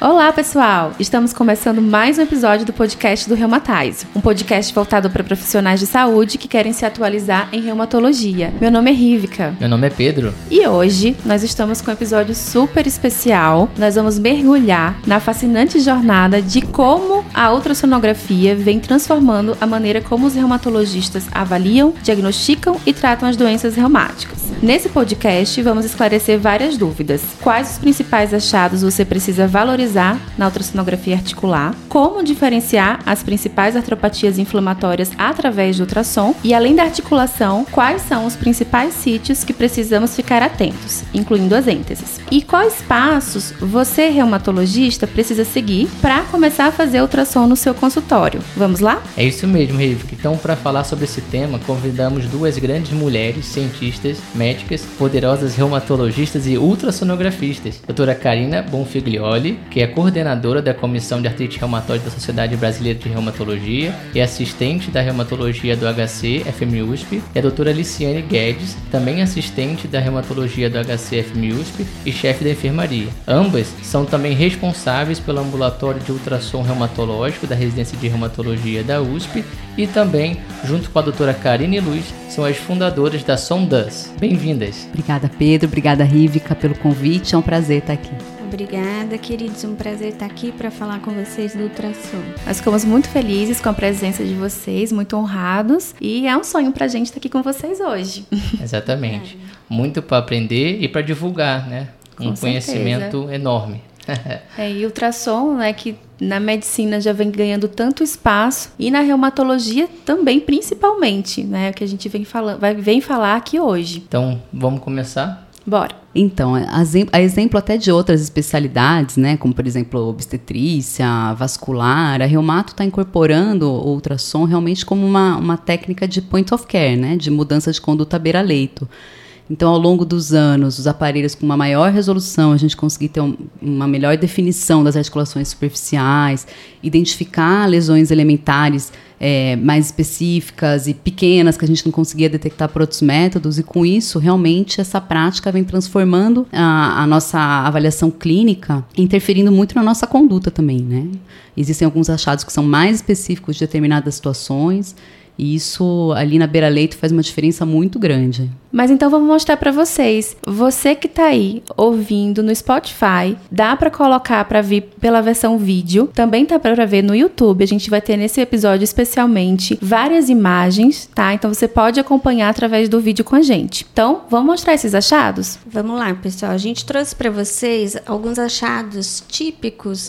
Olá, pessoal! Estamos começando mais um episódio do podcast do Reumatize, um podcast voltado para profissionais de saúde que querem se atualizar em reumatologia. Meu nome é Rívica. Meu nome é Pedro. E hoje nós estamos com um episódio super especial. Nós vamos mergulhar na fascinante jornada de como a ultrassonografia vem transformando a maneira como os reumatologistas avaliam, diagnosticam e tratam as doenças reumáticas. Nesse podcast, vamos esclarecer várias dúvidas. Quais os principais achados você precisa valorizar na ultrassonografia articular? Como diferenciar as principais artropatias inflamatórias através do ultrassom? E além da articulação, quais são os principais sítios que precisamos ficar atentos, incluindo as ênteses? E quais passos você, reumatologista, precisa seguir para começar a fazer ultrassom no seu consultório? Vamos lá? É isso mesmo, Rívica. Então, para falar sobre esse tema, convidamos duas grandes mulheres, cientistas, médicas, poderosas reumatologistas e ultrassonografistas. Doutora Karina Bonfiglioli, que é coordenadora da Comissão de Artrite Reumatoide da Sociedade Brasileira de Reumatologia e assistente da reumatologia do HC FMUSP, e a doutora Liciane Guedes, também assistente da reumatologia do HC FMUSP e chefe da enfermaria. Ambas são também responsáveis pelo ambulatório de ultrassom reumatológico da residência de reumatologia da USP e também, junto com a doutora Karine Luz, são as fundadoras da SONDAS. Bem-vindas! Obrigada, Pedro. Obrigada, Rívica, pelo convite. É um prazer estar aqui. Obrigada, queridos. Um prazer estar aqui para falar com vocês do ultrassom. Nós ficamos muito felizes com a presença de vocês, muito honrados. E é um sonho pra gente estar aqui com vocês hoje. Exatamente. Muito para aprender e para divulgar, né? Um conhecimento enorme. E o ultrassom, né, que na medicina já vem ganhando tanto espaço e na reumatologia também, principalmente, né, que a gente vem falar aqui hoje. Então, vamos começar? Bora. Então, a exemplo até de outras especialidades, né, como por exemplo obstetrícia, vascular, a reumato está incorporando o ultrassom realmente como uma técnica de point of care, né, de mudança de conduta à beira-leito. Então, ao longo dos anos, os aparelhos com uma maior resolução, a gente conseguir ter uma melhor definição das articulações superficiais, identificar lesões elementares mais específicas e pequenas que a gente não conseguia detectar por outros métodos, e com isso, realmente, essa prática vem transformando a nossa avaliação clínica, interferindo muito na nossa conduta também, né? Existem alguns achados que são mais específicos de determinadas situações, e isso ali na beira-leito faz uma diferença muito grande. Mas então vamos mostrar para vocês. Você que tá aí ouvindo no Spotify, dá para colocar para vir pela versão vídeo. Também tá para ver no YouTube. A gente vai ter nesse episódio especialmente várias imagens, tá? Então você pode acompanhar através do vídeo com a gente. Então, vamos mostrar esses achados? Vamos lá, pessoal. A gente trouxe para vocês alguns achados típicos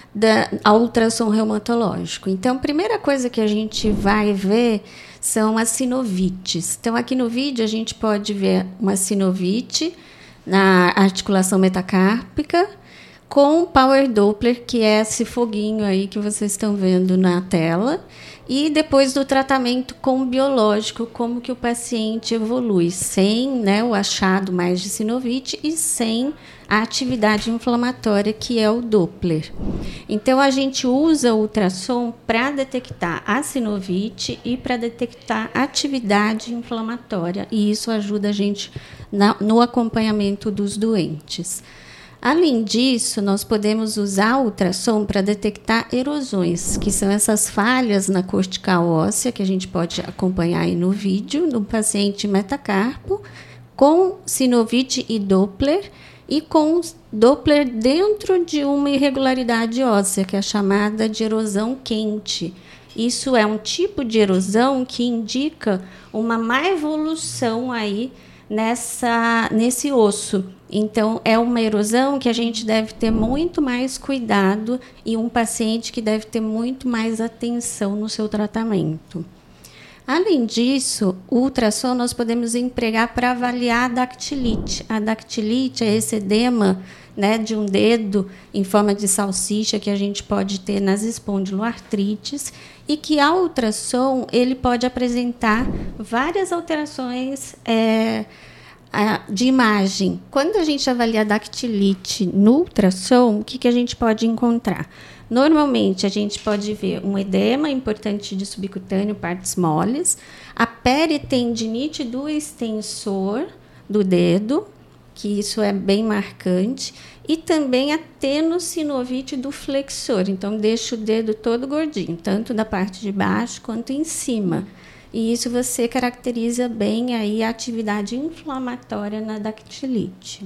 ao ultrassom reumatológico. Então, a primeira coisa que a gente vai ver são as sinovites. Então, aqui no vídeo a gente pode ver uma sinovite na articulação metacárpica com Power Doppler, que é esse foguinho aí que vocês estão vendo na tela. E depois do tratamento com biológico, como que o paciente evolui, sem, né, o achado mais de sinovite e sem a atividade inflamatória, que é o Doppler. Então, a gente usa o ultrassom para detectar a sinovite e para detectar a atividade inflamatória, e isso ajuda a gente no acompanhamento dos doentes. Além disso, nós podemos usar o ultrassom para detectar erosões, que são essas falhas na cortical óssea, que a gente pode acompanhar aí no vídeo, no paciente metacarpo, com sinovite e Doppler, e com Doppler dentro de uma irregularidade óssea, que é chamada de erosão quente. Isso é um tipo de erosão que indica uma má evolução aí nesse osso. Então, é uma erosão que a gente deve ter muito mais cuidado e um paciente que deve ter muito mais atenção no seu tratamento. Além disso, o ultrassom nós podemos empregar para avaliar a dactilite. A dactilite é esse edema, né, de um dedo em forma de salsicha que a gente pode ter nas espondiloartrites, e que ao ultrassom ele pode apresentar várias alterações de imagem. Quando a gente avalia a dactilite no ultrassom, o que a gente pode encontrar? Normalmente, a gente pode ver um edema importante de subcutâneo, partes moles, a peritendinite do extensor do dedo, que isso é bem marcante, e também a tenossinovite do flexor. Então, deixa o dedo todo gordinho, tanto da parte de baixo quanto em cima. E isso você caracteriza bem aí a atividade inflamatória na dactilite.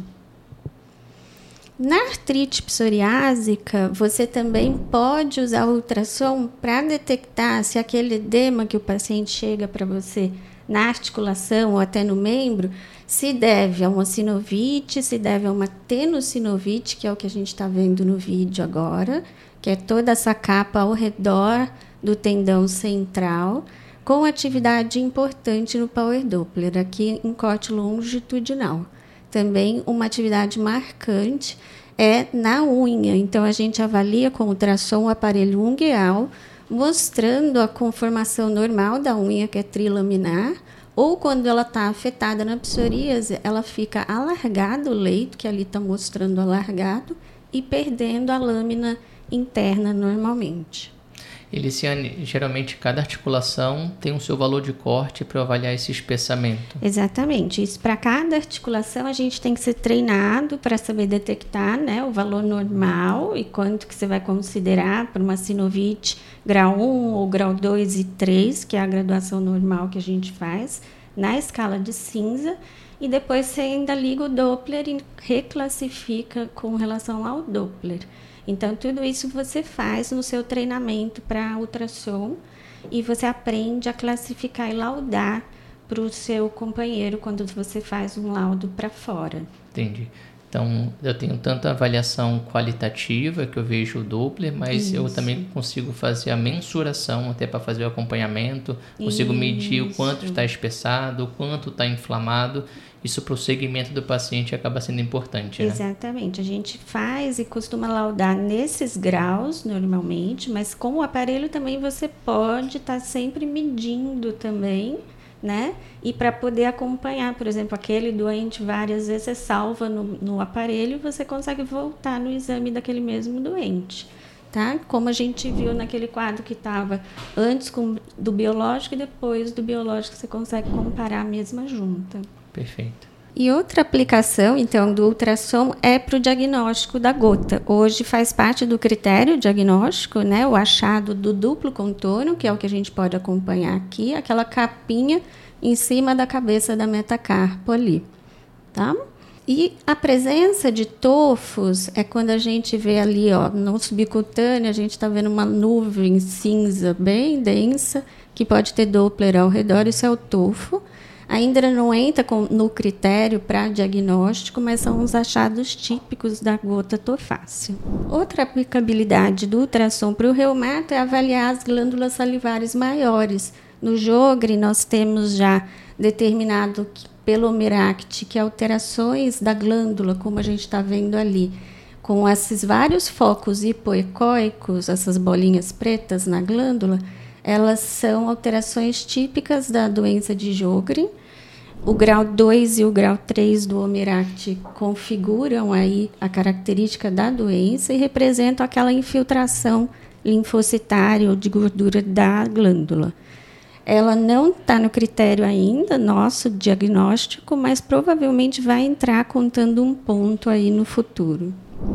Na artrite psoriásica, você também pode usar o ultrassom para detectar se aquele edema que o paciente chega para você na articulação ou até no membro, se deve a uma sinovite, se deve a uma tenossinovite, que é o que a gente está vendo no vídeo agora, que é toda essa capa ao redor do tendão central, com atividade importante no Power Doppler, aqui em corte longitudinal. Também uma atividade marcante é na unha, então a gente avalia com ultrassom o aparelho ungueal, mostrando a conformação normal da unha, que é trilaminar, ou quando ela está afetada na psoríase, ela fica alargado o leito, que ali está mostrando alargado, e perdendo a lâmina interna normalmente. Eliciane, geralmente cada articulação tem o seu valor de corte para avaliar esse espessamento. Exatamente. Isso, para cada articulação a gente tem que ser treinado para saber detectar, né, o valor normal e quanto que você vai considerar para uma sinovite grau 1 ou grau 2 e 3, que é a graduação normal que a gente faz na escala de cinza. E depois você ainda liga o Doppler e reclassifica com relação ao Doppler. Então, tudo isso você faz no seu treinamento para ultrassom e você aprende a classificar e laudar para o seu companheiro quando você faz um laudo para fora. Entendi. Então, eu tenho tanto a avaliação qualitativa, que eu vejo o Doppler, mas eu também consigo fazer a mensuração até para fazer o acompanhamento, consigo medir o quanto está espessado, o quanto está inflamado. Isso para o segmento do paciente acaba sendo importante, né? Exatamente. A gente faz e costuma laudar nesses graus, normalmente, mas com o aparelho também você pode estar sempre medindo também, né? E para poder acompanhar, por exemplo, aquele doente, várias vezes você salva no aparelho e você consegue voltar no exame daquele mesmo doente, tá? Como a gente viu naquele quadro que estava antes do biológico e depois do biológico, você consegue comparar a mesma junta. Perfeito. E outra aplicação, então, do ultrassom é para o diagnóstico da gota. Hoje faz parte do critério diagnóstico, né, o achado do duplo contorno, que é o que a gente pode acompanhar aqui, aquela capinha em cima da cabeça da metacarpo ali, tá? E a presença de tofos é quando a gente vê ali, ó, no subcutâneo, a gente está vendo uma nuvem cinza bem densa, que pode ter Doppler ao redor, isso é o tofo. Ainda não entra no critério para diagnóstico, mas são os achados típicos da gota tofácil. Outra aplicabilidade do ultrassom para o reumato é avaliar as glândulas salivares maiores. No Jogre, nós temos já determinado pelo Miract que alterações da glândula, como a gente está vendo ali, com esses vários focos hipoecóicos, essas bolinhas pretas na glândula, elas são alterações típicas da doença de Jogre. O grau 2 e o grau 3 do Omiract configuram aí a característica da doença e representam aquela infiltração linfocitária ou de gordura da glândula. Ela não está no critério ainda, nosso diagnóstico, mas provavelmente vai entrar contando um ponto aí no futuro.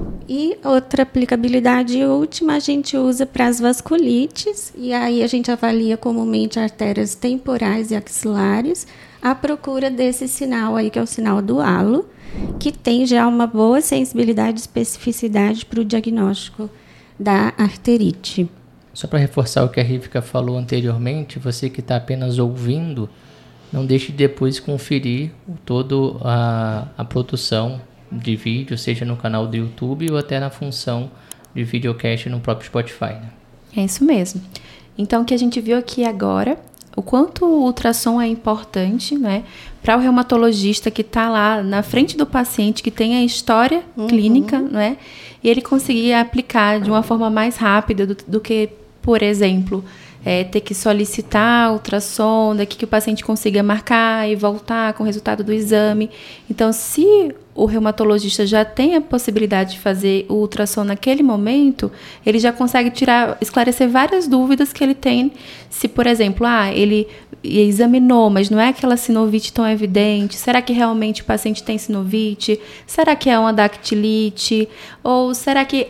E outra aplicabilidade última a gente usa para as vasculites, e aí a gente avalia comumente artérias temporais e axilares, à procura desse sinal aí, que é o sinal do halo, que tem já uma boa sensibilidade e especificidade para o diagnóstico da arterite. Só para reforçar o que a Rivka falou anteriormente, você que está apenas ouvindo, não deixe de depois conferir toda a produção de vídeo, seja no canal do YouTube ou até na função de videocast no próprio Spotify, né? É isso mesmo. Então, o que a gente viu aqui agora, o quanto o ultrassom é importante, né, para o reumatologista que está lá na frente do paciente, que tem a história clínica, né, e ele conseguir aplicar de uma forma mais rápida do que, por exemplo, ter que solicitar ultrassom, daqui que o paciente consiga marcar e voltar com o resultado do exame. Então, se o reumatologista já tem a possibilidade de fazer o ultrassom naquele momento, ele já consegue esclarecer várias dúvidas que ele tem. Se, por exemplo, ele examinou, mas não é aquela sinovite tão evidente. Será que realmente o paciente tem sinovite? Será que é uma dactilite? Ou será que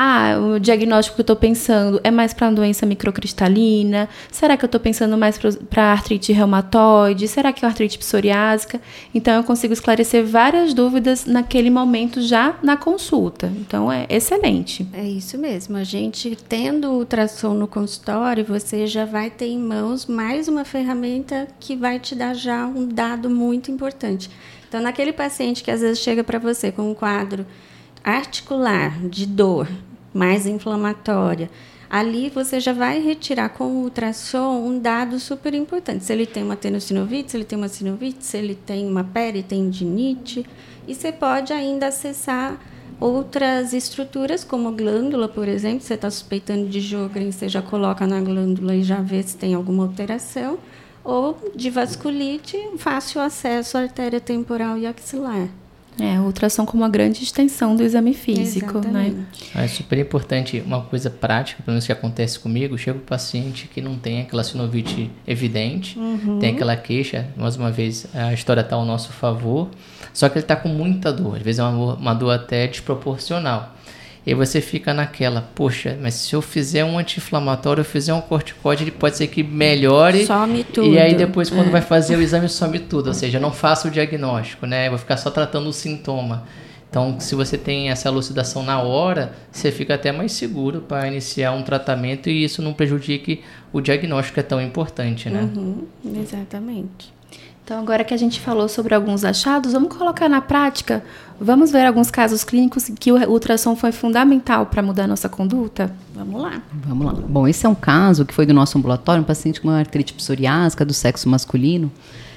o diagnóstico que eu estou pensando é mais para uma doença microcristalina? Será que eu estou pensando mais para artrite reumatoide? Será que é artrite psoriásica? Então, eu consigo esclarecer várias dúvidas naquele momento já na consulta. Então, é excelente. É isso mesmo. A gente, tendo o ultrassom no consultório, você já vai ter em mãos mais uma ferramenta que vai te dar já um dado muito importante. Então, naquele paciente que às vezes chega para você com um quadro articular, de dor, mais inflamatória, ali você já vai retirar com o ultrassom um dado super importante. Se ele tem uma tenossinovite, se ele tem uma sinovite, se ele tem uma peritendinite. E você pode ainda acessar outras estruturas, como glândula, por exemplo. Você está suspeitando de Sjögren, você já coloca na glândula e já vê se tem alguma alteração. Ou de vasculite, fácil acesso à artéria temporal e axilar. O ultrassom como uma grande extensão do exame físico, Exatamente. né? É super importante, uma coisa prática, pelo menos que acontece comigo, chega o paciente que não tem aquela sinovite evidente, tem aquela queixa, mais uma vez, a história está ao nosso favor, só que ele está com muita dor, às vezes é uma dor até desproporcional. E aí você fica naquela, poxa, mas se eu fizer um anti-inflamatório, eu fizer um corticoide, ele pode ser que melhore. Some tudo. E aí depois, quando vai fazer o exame, some tudo. Ou seja, eu não faço o diagnóstico, né? Eu vou ficar só tratando o sintoma. Então, se você tem essa elucidação na hora, você fica até mais seguro para iniciar um tratamento e isso não prejudique o diagnóstico que é tão importante, né? Exatamente. Então, agora que a gente falou sobre alguns achados, vamos colocar na prática? Vamos ver alguns casos clínicos que o ultrassom foi fundamental para mudar a nossa conduta? Vamos lá. Vamos lá. Bom, esse é um caso que foi do nosso ambulatório, um paciente com uma artrite psoriásica do sexo masculino,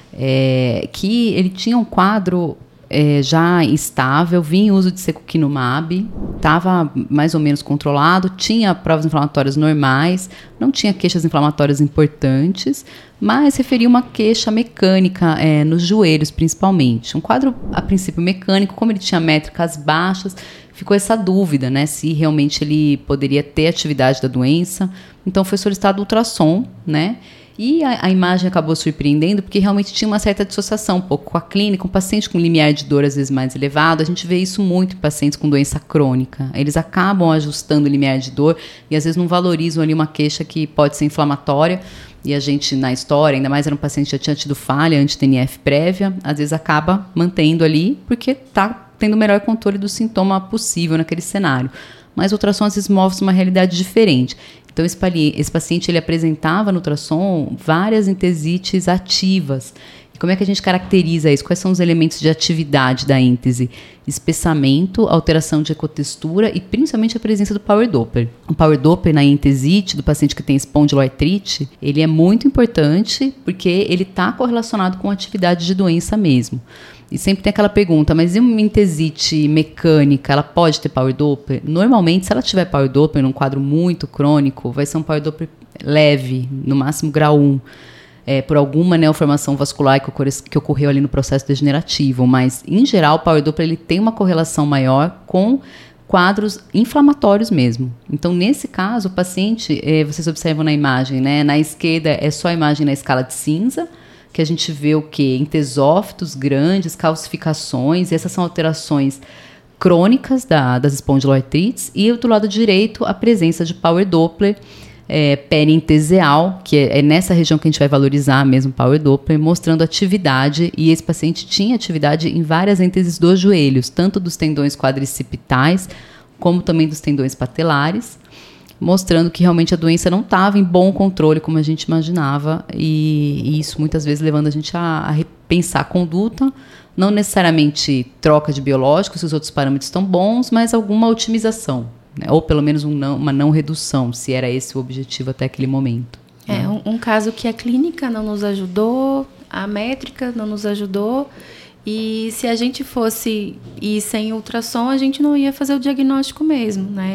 que ele tinha um quadro já estável, vinha em uso de secukinumab, estava mais ou menos controlado, tinha provas inflamatórias normais, não tinha queixas inflamatórias importantes, mas referia uma queixa mecânica nos joelhos, principalmente. Um quadro, a princípio, mecânico, como ele tinha métricas baixas, ficou essa dúvida, né, se realmente ele poderia ter atividade da doença. Então, foi solicitado ultrassom, né, e a imagem acabou surpreendendo porque realmente tinha uma certa dissociação um pouco com a clínica, um paciente com limiar de dor às vezes mais elevado. A gente vê isso muito em pacientes com doença crônica. Eles acabam ajustando o limiar de dor e às vezes não valorizam ali uma queixa que pode ser inflamatória. E a gente, na história, ainda mais era um paciente que já tinha tido falha anti-TNF prévia, às vezes acaba mantendo ali porque está tendo o melhor controle do sintoma possível naquele cenário. Mas o ultrassom às vezes mostra uma realidade diferente. Então, esse paciente ele apresentava no ultrassom várias entesites ativas. E como é que a gente caracteriza isso? Quais são os elementos de atividade da êntese? Espessamento, alteração de ecotextura e principalmente a presença do Power Doppler. O Power Doppler na entesite do paciente que tem espondiloartrite, ele é muito importante porque ele está correlacionado com a atividade de doença mesmo. E sempre tem aquela pergunta, mas e uma entesite mecânica, ela pode ter Power Doppler? Normalmente, se ela tiver Power Doppler num quadro muito crônico, vai ser um Power Doppler leve, no máximo grau 1, por alguma neoformação vascular que ocorreu ali no processo degenerativo. Mas, em geral, o Power Doppler ele tem uma correlação maior com quadros inflamatórios mesmo. Então, nesse caso, o paciente, vocês observam na imagem, né? Na esquerda é só a imagem na escala de cinza, que a gente vê o quê? Entesófitos grandes, calcificações, e essas são alterações crônicas das espondiloartrites, e do lado direito a presença de Power Doppler perienteseal, que é nessa região que a gente vai valorizar mesmo Power Doppler, mostrando atividade, e esse paciente tinha atividade em várias ênteses dos joelhos, tanto dos tendões quadricipitais, como também dos tendões patelares, mostrando que realmente a doença não estava em bom controle como a gente imaginava, e isso muitas vezes levando a gente a repensar a conduta, não necessariamente troca de biológicos se os outros parâmetros estão bons, mas alguma otimização, né? Ou pelo menos uma não redução, se era esse o objetivo até aquele momento. Um caso que a clínica não nos ajudou, a métrica não nos ajudou, e se a gente fosse ir sem ultrassom, a gente não ia fazer o diagnóstico mesmo, né?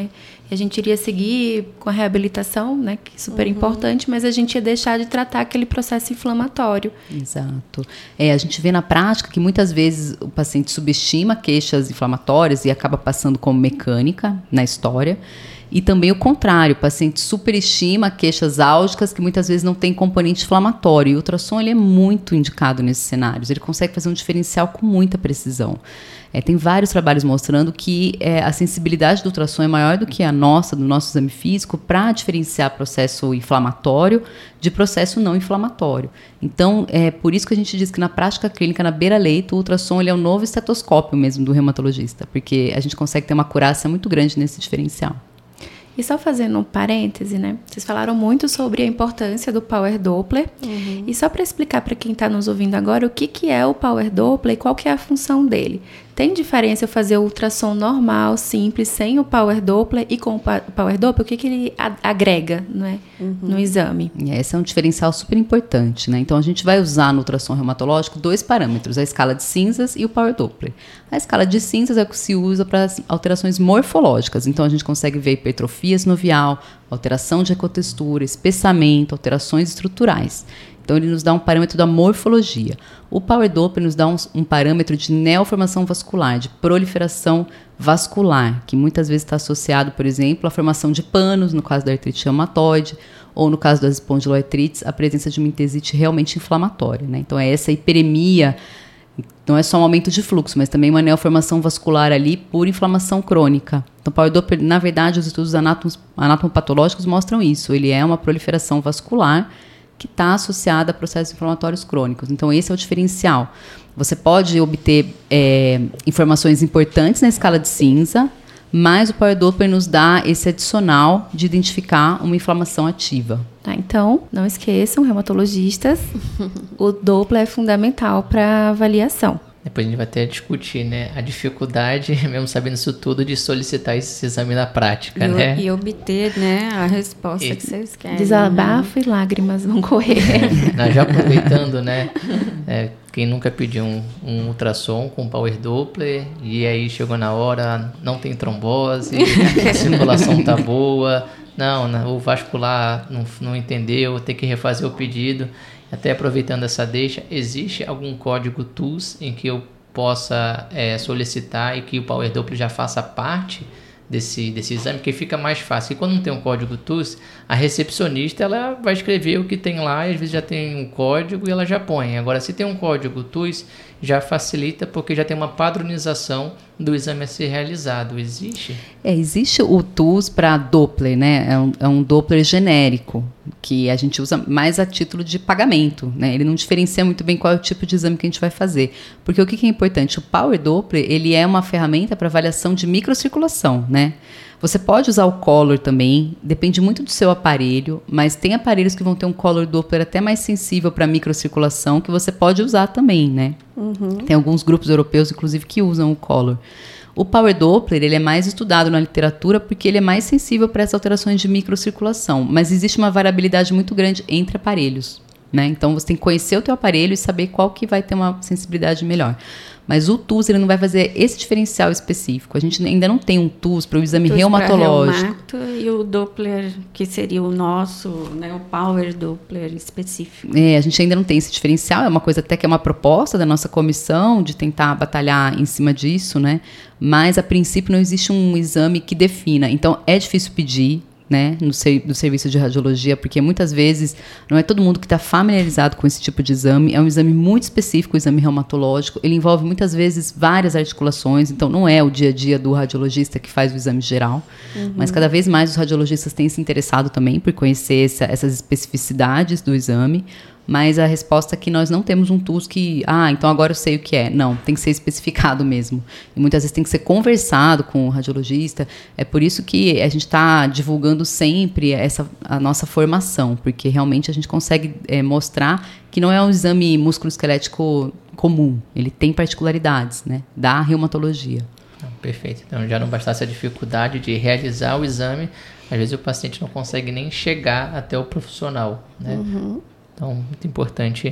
E a gente iria seguir com a reabilitação, né, que é super importante, mas a gente ia deixar de tratar aquele processo inflamatório. Exato. A gente vê na prática que muitas vezes o paciente subestima queixas inflamatórias e acaba passando como mecânica na história. E também o contrário, o paciente superestima queixas álgicas que muitas vezes não tem componente inflamatório. E o ultrassom ele é muito indicado nesses cenários, ele consegue fazer um diferencial com muita precisão. Tem vários trabalhos mostrando que a sensibilidade do ultrassom é maior do que a nossa, do nosso exame físico, para diferenciar processo inflamatório de processo não inflamatório. Então, é por isso que a gente diz que na prática clínica, na beira-leito, o ultrassom ele é o novo estetoscópio mesmo do reumatologista, porque a gente consegue ter uma acurácia muito grande nesse diferencial. E só fazendo um parêntese, né? Vocês falaram muito sobre a importância do Power Doppler. E só para explicar para quem está nos ouvindo agora o que é o Power Doppler e qual que é a função dele. Tem diferença eu fazer o ultrassom normal, simples, sem o Power Doppler e com o Power Doppler? O que ele agrega, né, no exame? Esse é um diferencial super importante, né? Então, a gente vai usar no ultrassom reumatológico 2 parâmetros, a escala de cinzas e o Power Doppler. A escala de cinzas é o que se usa para alterações morfológicas. Então, a gente consegue ver hipertrofia sinovial, alteração de ecotextura, espessamento, alterações estruturais. Então, ele nos dá um parâmetro da morfologia. O Power Doppler nos dá um parâmetro de neoformação vascular, de proliferação vascular, que muitas vezes está associado, por exemplo, à formação de panos, no caso da artrite reumatoide, ou no caso das espondiloartrites, a presença de uma entesite realmente inflamatória, né? Então, é essa hiperemia, não é só um aumento de fluxo, mas também uma neoformação vascular ali por inflamação crônica. Então, o Power Doppler, na verdade, os estudos anatomopatológicos mostram isso. Ele é uma proliferação vascular que está associada a processos inflamatórios crônicos. Então, esse é o diferencial. Você pode obter informações importantes na escala de cinza, mas o Power Doppler nos dá esse adicional de identificar uma inflamação ativa. Tá, então, não esqueçam, reumatologistas, o Doppler é fundamental para avaliação. Depois a gente vai até discutir, né, a dificuldade, mesmo sabendo isso tudo, de solicitar esse exame na prática, né? E obter, né, a resposta que vocês querem. Desabafo e lágrimas vão correr. Já aproveitando, né, quem nunca pediu um ultrassom com Power Doppler e aí chegou na hora, não tem trombose, a circulação tá boa, o vascular não entendeu, tem que refazer o pedido. Até aproveitando essa deixa, existe algum código TUS em que eu possa solicitar e que o Power Doppler já faça parte desse exame, que fica mais fácil. E quando não tem um código TUS, a recepcionista ela vai escrever o que tem lá, e às vezes já tem um código e ela já põe. Agora, se tem um código TUS, já facilita porque já tem uma padronização do exame a ser realizado. Existe? Existe o TUS para Doppler, né? É um Doppler genérico, que a gente usa mais a título de pagamento, né? Ele não diferencia muito bem qual é o tipo de exame que a gente vai fazer. Porque o que é importante? O Power Doppler, ele é uma ferramenta para avaliação de microcirculação, né? Você pode usar o Color também, depende muito do seu aparelho, mas tem aparelhos que vão ter um Color Doppler até mais sensível para microcirculação, que você pode usar também, né? Tem alguns grupos europeus, inclusive, que usam o Color. O Power Doppler, ele é mais estudado na literatura porque ele é mais sensível para essas alterações de microcirculação, mas existe uma variabilidade muito grande entre aparelhos, né? Então, você tem que conhecer o teu aparelho e saber qual que vai ter uma sensibilidade melhor. Mas o TUS, ele não vai fazer esse diferencial específico. A gente ainda não tem um TUS para o exame reumatológico. E o Doppler, que seria o nosso, né, o Power Doppler específico. A gente ainda não tem esse diferencial. É uma coisa até que é uma proposta da nossa comissão de tentar batalhar em cima disso, né? Mas, a princípio, não existe um exame que defina. Então, é difícil pedir, né, no serviço de radiologia, porque muitas vezes não é todo mundo que está familiarizado com esse tipo de exame. É um exame muito específico, o exame reumatológico. Ele envolve muitas vezes várias articulações, então não é o dia a dia do radiologista que faz o exame geral. Mas cada vez mais os radiologistas têm se interessado também por conhecer essas especificidades do exame. Mas a resposta é que nós não temos um TUS que, então agora eu sei o que é. Não, tem que ser especificado mesmo. E muitas vezes tem que ser conversado com o radiologista. É por isso que a gente está divulgando sempre a nossa formação, porque realmente a gente consegue mostrar que não é um exame musculoesquelético comum. Ele tem particularidades, né, da reumatologia. Perfeito. Então, já não bastasse a dificuldade de realizar o exame, às vezes o paciente não consegue nem chegar até o profissional, né? Então, muito importante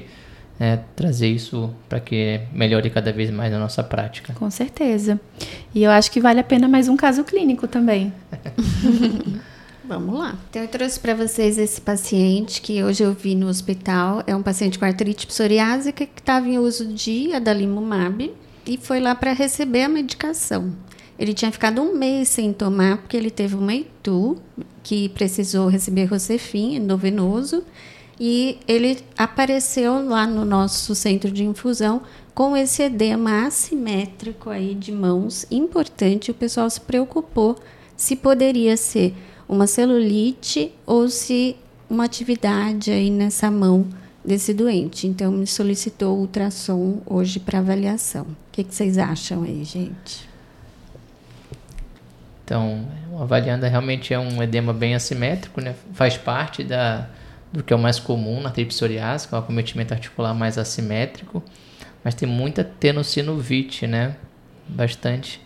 trazer isso para que melhore cada vez mais a nossa prática. Com certeza. E eu acho que vale a pena mais um caso clínico também. Vamos lá. Então, eu trouxe para vocês esse paciente que hoje eu vi no hospital. É um paciente com artrite psoriásica que estava em uso de adalimumab e foi lá para receber a medicação. Ele tinha ficado 1 mês sem tomar porque ele teve uma ITU que precisou receber Rocefin endovenoso e ele apareceu lá no nosso centro de infusão com esse edema assimétrico aí de mãos importante. O pessoal se preocupou se poderia ser uma celulite ou se uma atividade aí nessa mão desse doente. Então, me solicitou ultrassom hoje para avaliação. O que vocês acham aí, gente? Então, avaliando, realmente é um edema bem assimétrico, né? Faz parte do que é o mais comum na artrite psoriásica, um acometimento articular mais assimétrico, mas tem muita tenossinovite, né? Bastante.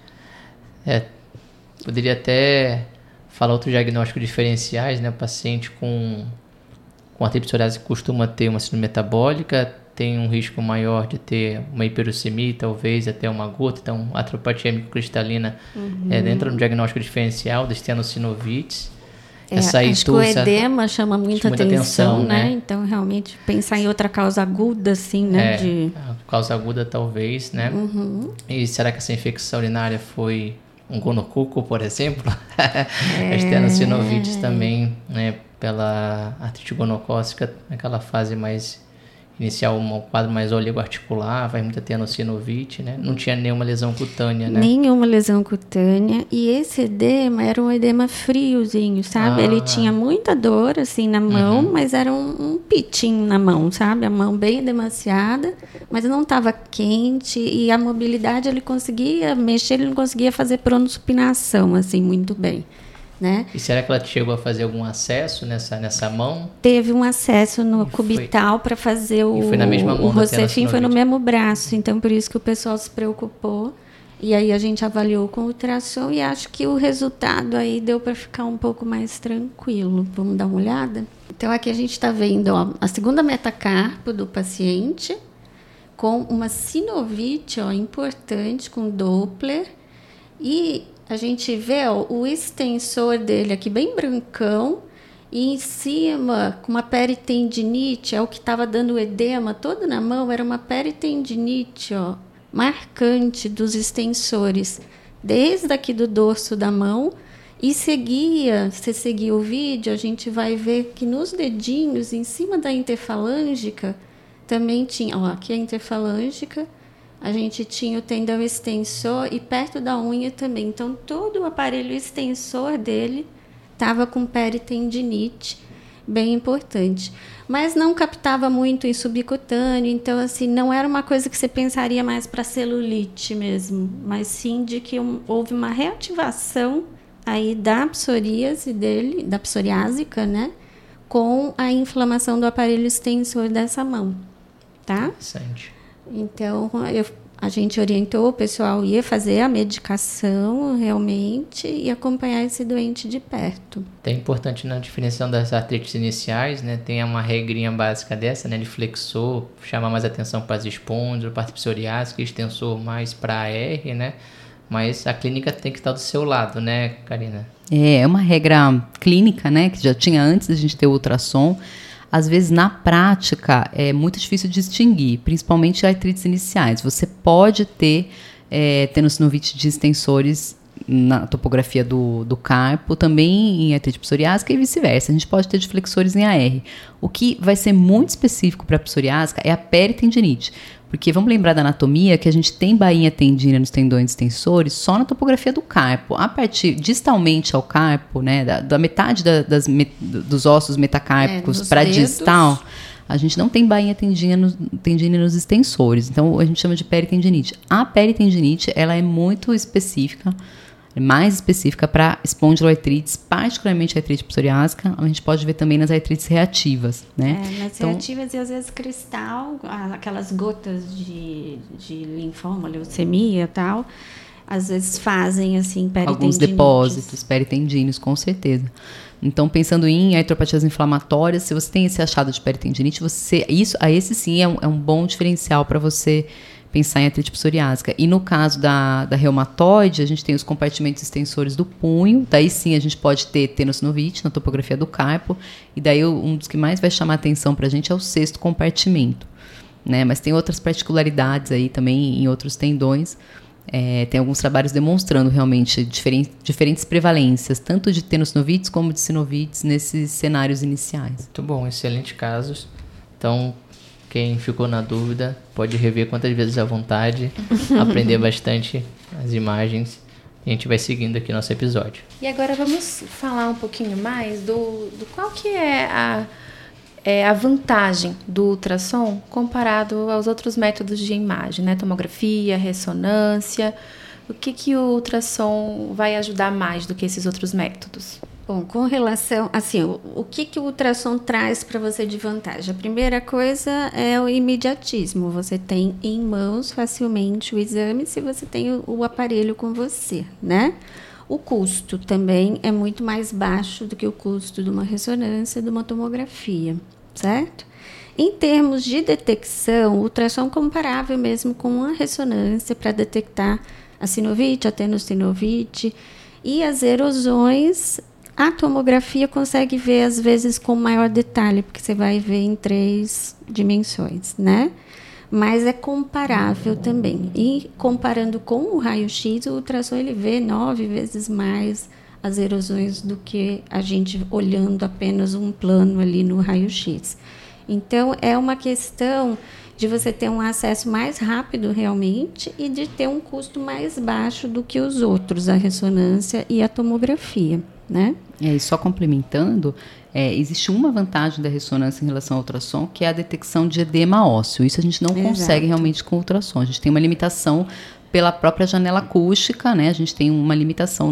Poderia até falar outros diagnósticos diferenciais, né? O paciente com artrite psoriásica costuma ter uma síndrome metabólica, tem um risco maior de ter uma hiperuricemia, talvez até uma gota, então a atropatia hemicristalina entra no diagnóstico diferencial das tenossinovites. Acho que o edema chama muita atenção, né? Então, realmente, pensar em outra causa aguda, assim, né? A causa aguda, talvez, né? E será que essa infecção urinária foi um gonococo, por exemplo? As tenossinovites também, né? Pela artrite gonocócica, naquela fase mais inicial, um quadro mais oligoarticular, vai muita tenossinovite, né? Não tinha nenhuma lesão cutânea, né? Nenhuma lesão cutânea. E esse edema era um edema friozinho, sabe? Ele tinha muita dor, assim, na mão, mas era um pitinho na mão, sabe? A mão bem edemaciada, mas não estava quente e a mobilidade ele conseguia mexer, ele não conseguia fazer pronossupinação, assim, muito bem. Né? E será que ela chegou a fazer algum acesso nessa mão? Teve um acesso no cubital para fazer o... E foi na mesma mão. O Rocefin foi no mesmo braço, então por isso que o pessoal se preocupou. E aí a gente avaliou com ultrassom e acho que o resultado aí deu para ficar um pouco mais tranquilo. Vamos dar uma olhada? Então aqui a gente está vendo a segunda metacarpo do paciente com uma sinovite importante, com Doppler. E a gente vê o extensor dele aqui bem brancão e em cima com uma peritendinite, é o que estava dando o edema todo na mão, era uma peritendinite marcante dos extensores, desde aqui do dorso da mão e se seguir o vídeo, a gente vai ver que nos dedinhos, em cima da interfalângica, também tinha, aqui a interfalângica, a gente tinha o tendão extensor e perto da unha também. Então, todo o aparelho extensor dele estava com peritendinite, bem importante. Mas não captava muito em subcutâneo, então, assim, não era uma coisa que você pensaria mais para celulite mesmo, mas sim de que houve uma reativação aí da psoríase dele, da psoriásica, né? Com a inflamação do aparelho extensor dessa mão, tá? Interessante. Então, a gente orientou o pessoal ia fazer a medicação realmente e acompanhar esse doente de perto. É importante na diferenciação das artrites iniciais, né? Tem uma regrinha básica dessa, né? De flexor, chamar mais atenção para as espôndilos, parte psoriásica, extensor mais para a R, né? Mas a clínica tem que estar do seu lado, né, Karina? É uma regra clínica, né? Que já tinha antes da gente ter o ultrassom. Às vezes, na prática, é muito difícil distinguir, principalmente artrites iniciais. Você pode ter tenossinovite de extensores na topografia do carpo, também em artrite psoriásica e vice-versa. A gente pode ter de flexores em AR. O que vai ser muito específico para a psoriásica é a peritendinite. Porque vamos lembrar da anatomia que a gente tem bainha tendina nos tendões extensores só na topografia do carpo. A partir distalmente ao carpo, né, da metade dos ossos metacárpicos para distal, a gente não tem bainha tendina nos extensores. Então, a gente chama de peritendinite. A peritendinite, ela é muito específica, mais específica para espondiloartrites, particularmente a artrite psoriásica. A gente pode ver também nas artrites reativas, né? Nas reativas e às vezes cristal, aquelas gotas de linfoma, leucemia e tal, às vezes fazem assim alguns depósitos peritendíneos, com certeza. Então, pensando em artropatias inflamatórias, se você tem esse achado de peritendinite, esse sim é um bom diferencial para você pensar em artrite psoriásica. E no caso da reumatoide, a gente tem os compartimentos extensores do punho, daí sim a gente pode ter tenossinovite na topografia do carpo, e daí um dos que mais vai chamar atenção para a gente é o sexto compartimento, né? Mas tem outras particularidades aí também em outros tendões. Tem alguns trabalhos demonstrando realmente diferentes prevalências, tanto de tenossinovites como de sinovites nesses cenários iniciais. Muito bom, excelentes casos. Então, quem ficou na dúvida pode rever quantas vezes à vontade, aprender bastante as imagens. A gente vai seguindo aqui nosso episódio. E agora vamos falar um pouquinho mais do qual que é a vantagem do ultrassom comparado aos outros métodos de imagem, né? Tomografia, ressonância. O que o ultrassom vai ajudar mais do que esses outros métodos? Bom, com relação, assim, o que o ultrassom traz para você de vantagem? A primeira coisa é o imediatismo. Você tem em mãos facilmente o exame se você tem o aparelho com você, né? O custo também é muito mais baixo do que o custo de uma ressonância, de uma tomografia, certo? Em termos de detecção, o ultrassom é comparável mesmo com uma ressonância para detectar a sinovite, a tenossinovite e as erosões. A tomografia consegue ver, às vezes, com maior detalhe, porque você vai ver em 3 dimensões, né? Mas é comparável também. E comparando com o raio-x, o ultrassom ele vê 9 vezes mais as erosões do que a gente olhando apenas um plano ali no raio-x. Então, é uma questão de você ter um acesso mais rápido realmente e de ter um custo mais baixo do que os outros, a ressonância e a tomografia, né? E só complementando, existe uma vantagem da ressonância em relação ao ultrassom, que é a detecção de edema ósseo. Isso a gente não consegue realmente com o ultrassom. A gente tem uma limitação pela própria janela acústica, né? A gente tem uma limitação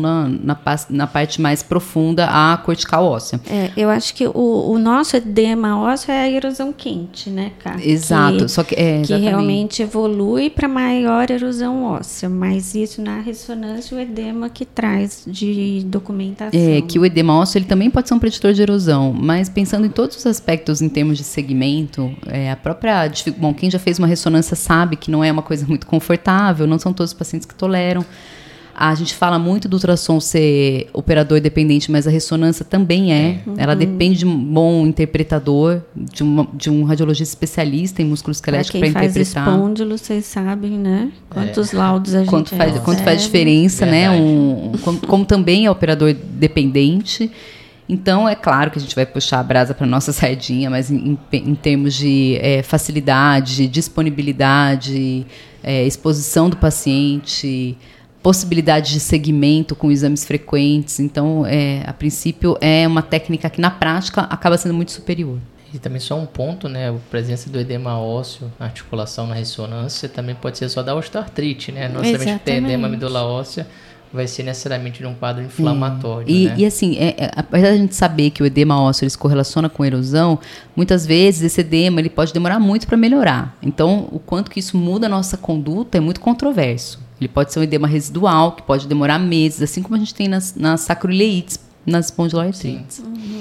na parte mais profunda, a cortical óssea. Eu acho que o nosso edema ósseo é a erosão quente, né, Kátia? Exato. Que realmente evolui para maior erosão óssea, mas isso na ressonância o edema que traz de documentação. Que o edema ósseo ele também pode ser um preditor de erosão, mas pensando em todos os aspectos em termos de segmento, a própria... Bom, quem já fez uma ressonância sabe que não é uma coisa muito confortável, não são todos os pacientes que toleram. A gente fala muito do ultrassom ser operador dependente, mas a ressonância também é. Ela depende de um bom interpretador, de um radiologista especialista em músculo esquelético para interpretar. Quem faz espôndilo, vocês sabem, né? Quantos laudos a gente quanto faz diferença, né? Como também é operador dependente. Então, é claro que a gente vai puxar a brasa para a nossa sardinha, mas em termos de facilidade, disponibilidade, exposição do paciente, possibilidade de segmento com exames frequentes. Então, a princípio, é uma técnica que, na prática, acaba sendo muito superior. E também só um ponto, né? A presença do edema ósseo, a articulação na ressonância, também pode ser só da osteoartrite, né? Não necessariamente ter edema medula óssea vai ser necessariamente num quadro inflamatório, né? E assim, apesar da gente saber que o edema ósseo ele se correlaciona com erosão, muitas vezes esse edema ele pode demorar muito para melhorar. Então, o quanto que isso muda a nossa conduta é muito controverso. Ele pode ser um edema residual, que pode demorar meses, assim como a gente tem nas sacroileites, nas espondiloartrites.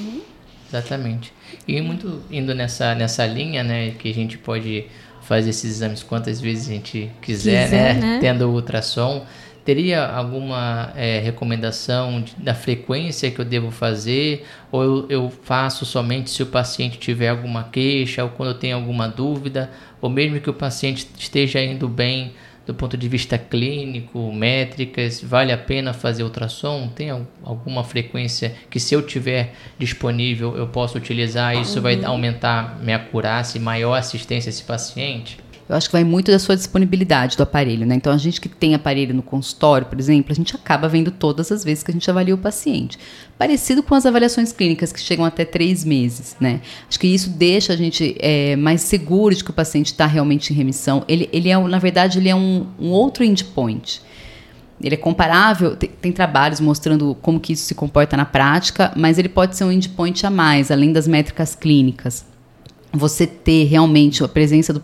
Exatamente. E muito indo nessa linha, né, que a gente pode fazer esses exames quantas vezes a gente quiser, né? Tendo o ultrassom. Teria alguma recomendação da frequência que eu devo fazer? Ou eu faço somente se o paciente tiver alguma queixa ou quando eu tenho alguma dúvida? Ou mesmo que o paciente esteja indo bem do ponto de vista clínico, métricas, vale a pena fazer ultrassom? Tem alguma frequência que se eu tiver disponível eu posso utilizar? Isso vai aumentar minha acurácia e maior assistência a esse paciente? Eu acho que vai muito da sua disponibilidade do aparelho, né? Então, a gente que tem aparelho no consultório, por exemplo, a gente acaba vendo todas as vezes que a gente avalia o paciente. Parecido com as avaliações clínicas que chegam até 3 meses, né? Acho que isso deixa a gente mais seguro de que o paciente está realmente em remissão. Na verdade, ele é um outro endpoint. Ele é comparável, tem trabalhos mostrando como que isso se comporta na prática, mas ele pode ser um endpoint a mais, além das métricas clínicas. você ter realmente a presença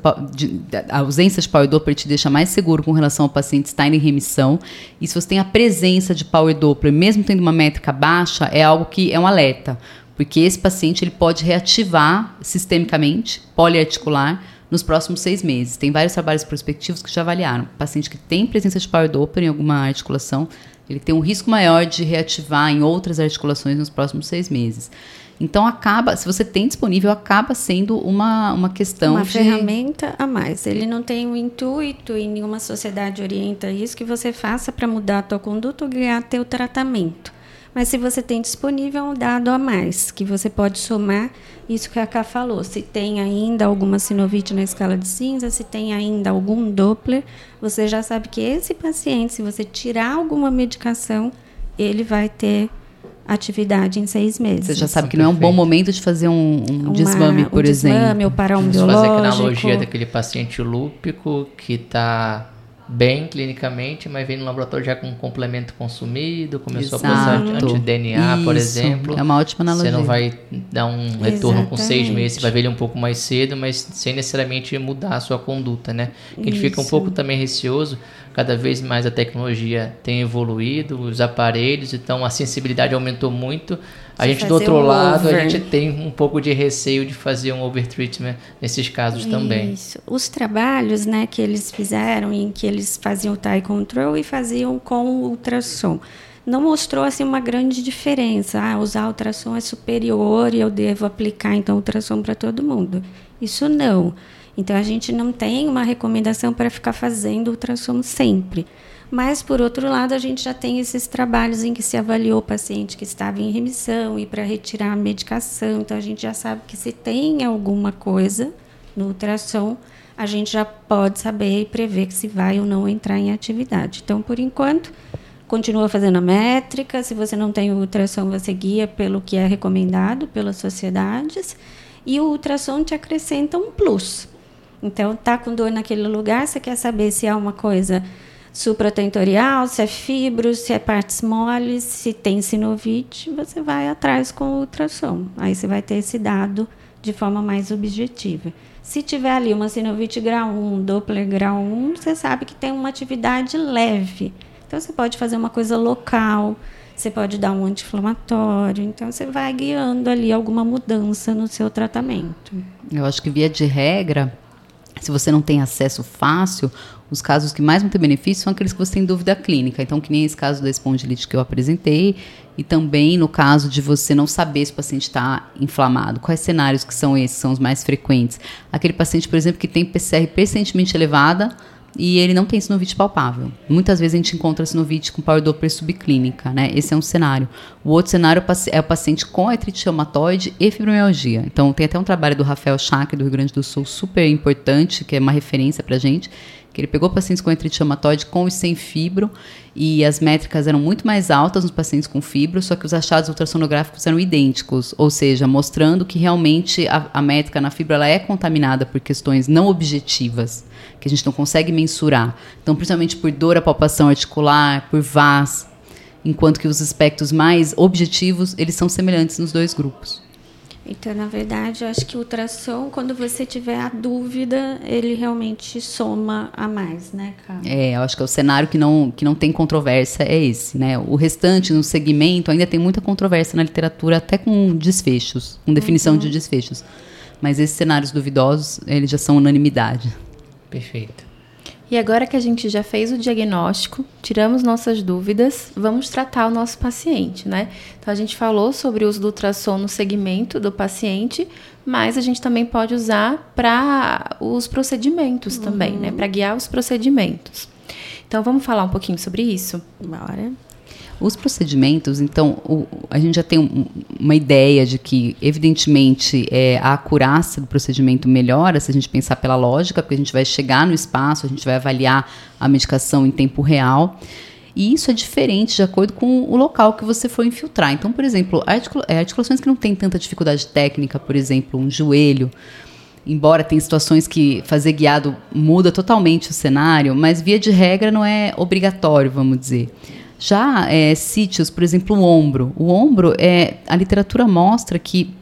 a ausência de Power Doppler te deixa mais seguro com relação ao paciente estar em remissão. E se você tem a presença de Power Doppler, mesmo tendo uma métrica baixa, é algo que é um alerta. Porque esse paciente ele pode reativar sistemicamente, poliarticular, nos próximos 6 meses. Tem vários trabalhos prospectivos que já avaliaram. O paciente que tem presença de Power Doppler em alguma articulação, ele tem um risco maior de reativar em outras articulações nos próximos 6 meses. Então, se você tem disponível, acaba sendo uma questão uma ferramenta a mais. Ele não tem um intuito e nenhuma sociedade orienta isso que você faça para mudar a tua conduta ou ganhar teu tratamento. Mas se você tem disponível um dado a mais, que você pode somar isso que a Ká falou. Se tem ainda alguma sinovite na escala de cinza, se tem ainda algum Doppler, você já sabe que esse paciente, se você tirar alguma medicação, ele vai ter atividade em 6 meses. Você já sabe que não é um bom momento de fazer um desmame, por exemplo. Desmame ou parar um biológico. Fazer aquela analogia daquele paciente lúpico que está bem clinicamente, mas vem no laboratório já com um complemento consumido, começou a processar anti-DNA, por exemplo. É uma ótima analogia. Você não vai dar um retorno com 6 meses, você vai ver ele um pouco mais cedo, mas sem necessariamente mudar a sua conduta, né? A gente fica um pouco também receoso, cada vez mais a tecnologia tem evoluído, os aparelhos, então a sensibilidade aumentou muito. A gente do outro lado, a gente tem um pouco de receio de fazer um overtreatment nesses casos também. Isso. Os trabalhos, né, que eles fizeram, em que eles faziam o tie control e faziam com o ultrassom, não mostrou assim uma grande diferença. Usar ultrassom é superior e eu devo aplicar então ultrassom para todo mundo. Isso não. Então a gente não tem uma recomendação para ficar fazendo ultrassom sempre. Mas, por outro lado, a gente já tem esses trabalhos em que se avaliou o paciente que estava em remissão e para retirar a medicação. Então, a gente já sabe que se tem alguma coisa no ultrassom, a gente já pode saber e prever que se vai ou não entrar em atividade. Então, por enquanto, continua fazendo a métrica. Se você não tem o ultrassom, você guia pelo que é recomendado pelas sociedades. E o ultrassom te acrescenta um plus. Então, está com dor naquele lugar, você quer saber se há uma coisa supratentorial, se é fibro, se é partes moles, se tem sinovite, você vai atrás com o ultrassom. Aí você vai ter esse dado de forma mais objetiva. Se tiver ali uma sinovite grau 1, Doppler grau 1, você sabe que tem uma atividade leve. Então, você pode fazer uma coisa local, você pode dar um anti-inflamatório. Então, você vai guiando ali alguma mudança no seu tratamento. Eu acho que, via de regra, se você não tem acesso fácil, os casos que mais vão ter benefício são aqueles que você tem dúvida clínica. Então, que nem esse caso da espondilite que eu apresentei, e também no caso de você não saber se o paciente está inflamado. Quais cenários que são esses, são os mais frequentes? Aquele paciente, por exemplo, que tem PCR persistente elevada e ele não tem sinovite palpável. Muitas vezes a gente encontra sinovite com Power Doppler subclínica, né? Esse é um cenário. O outro cenário é o paciente com artrite reumatoide e fibromialgia. Então, tem até um trabalho do Rafael Schack, do Rio Grande do Sul, super importante, que é uma referência para a gente, que ele pegou pacientes com artrite reumatoide com e sem fibro, e as métricas eram muito mais altas nos pacientes com fibro, só que os achados ultrassonográficos eram idênticos, ou seja, mostrando que realmente a métrica na fibra ela é contaminada por questões não objetivas, que a gente não consegue mensurar. Então, principalmente por dor à palpação articular, por VAS, enquanto que os aspectos mais objetivos, eles são semelhantes nos dois grupos. Então, na verdade, eu acho que o ultrassom, quando você tiver a dúvida, ele realmente soma a mais, né, Carla? Eu acho que é o cenário que não tem controvérsia, é esse, né? O restante, no segmento, ainda tem muita controvérsia na literatura, até com desfechos, com definição de desfechos. Mas esses cenários duvidosos, eles já são unanimidade. Perfeito. E agora que a gente já fez o diagnóstico, tiramos nossas dúvidas, vamos tratar o nosso paciente, né? Então, a gente falou sobre o uso do ultrassom no segmento do paciente, mas a gente também pode usar para os procedimentos também, né? Para guiar os procedimentos. Então, vamos falar um pouquinho sobre isso? Bora. Os procedimentos, então, a gente já tem uma ideia de que, evidentemente, a acurácia do procedimento melhora se a gente pensar pela lógica, porque a gente vai chegar no espaço, a gente vai avaliar a medicação em tempo real. E isso é diferente de acordo com o local que você for infiltrar. Então, por exemplo, articulações que não têm tanta dificuldade técnica, por exemplo, um joelho, embora tem situações que fazer guiado muda totalmente o cenário, mas, via de regra, não é obrigatório, vamos dizer. Já sítios, por exemplo, o ombro. O ombro, a literatura mostra que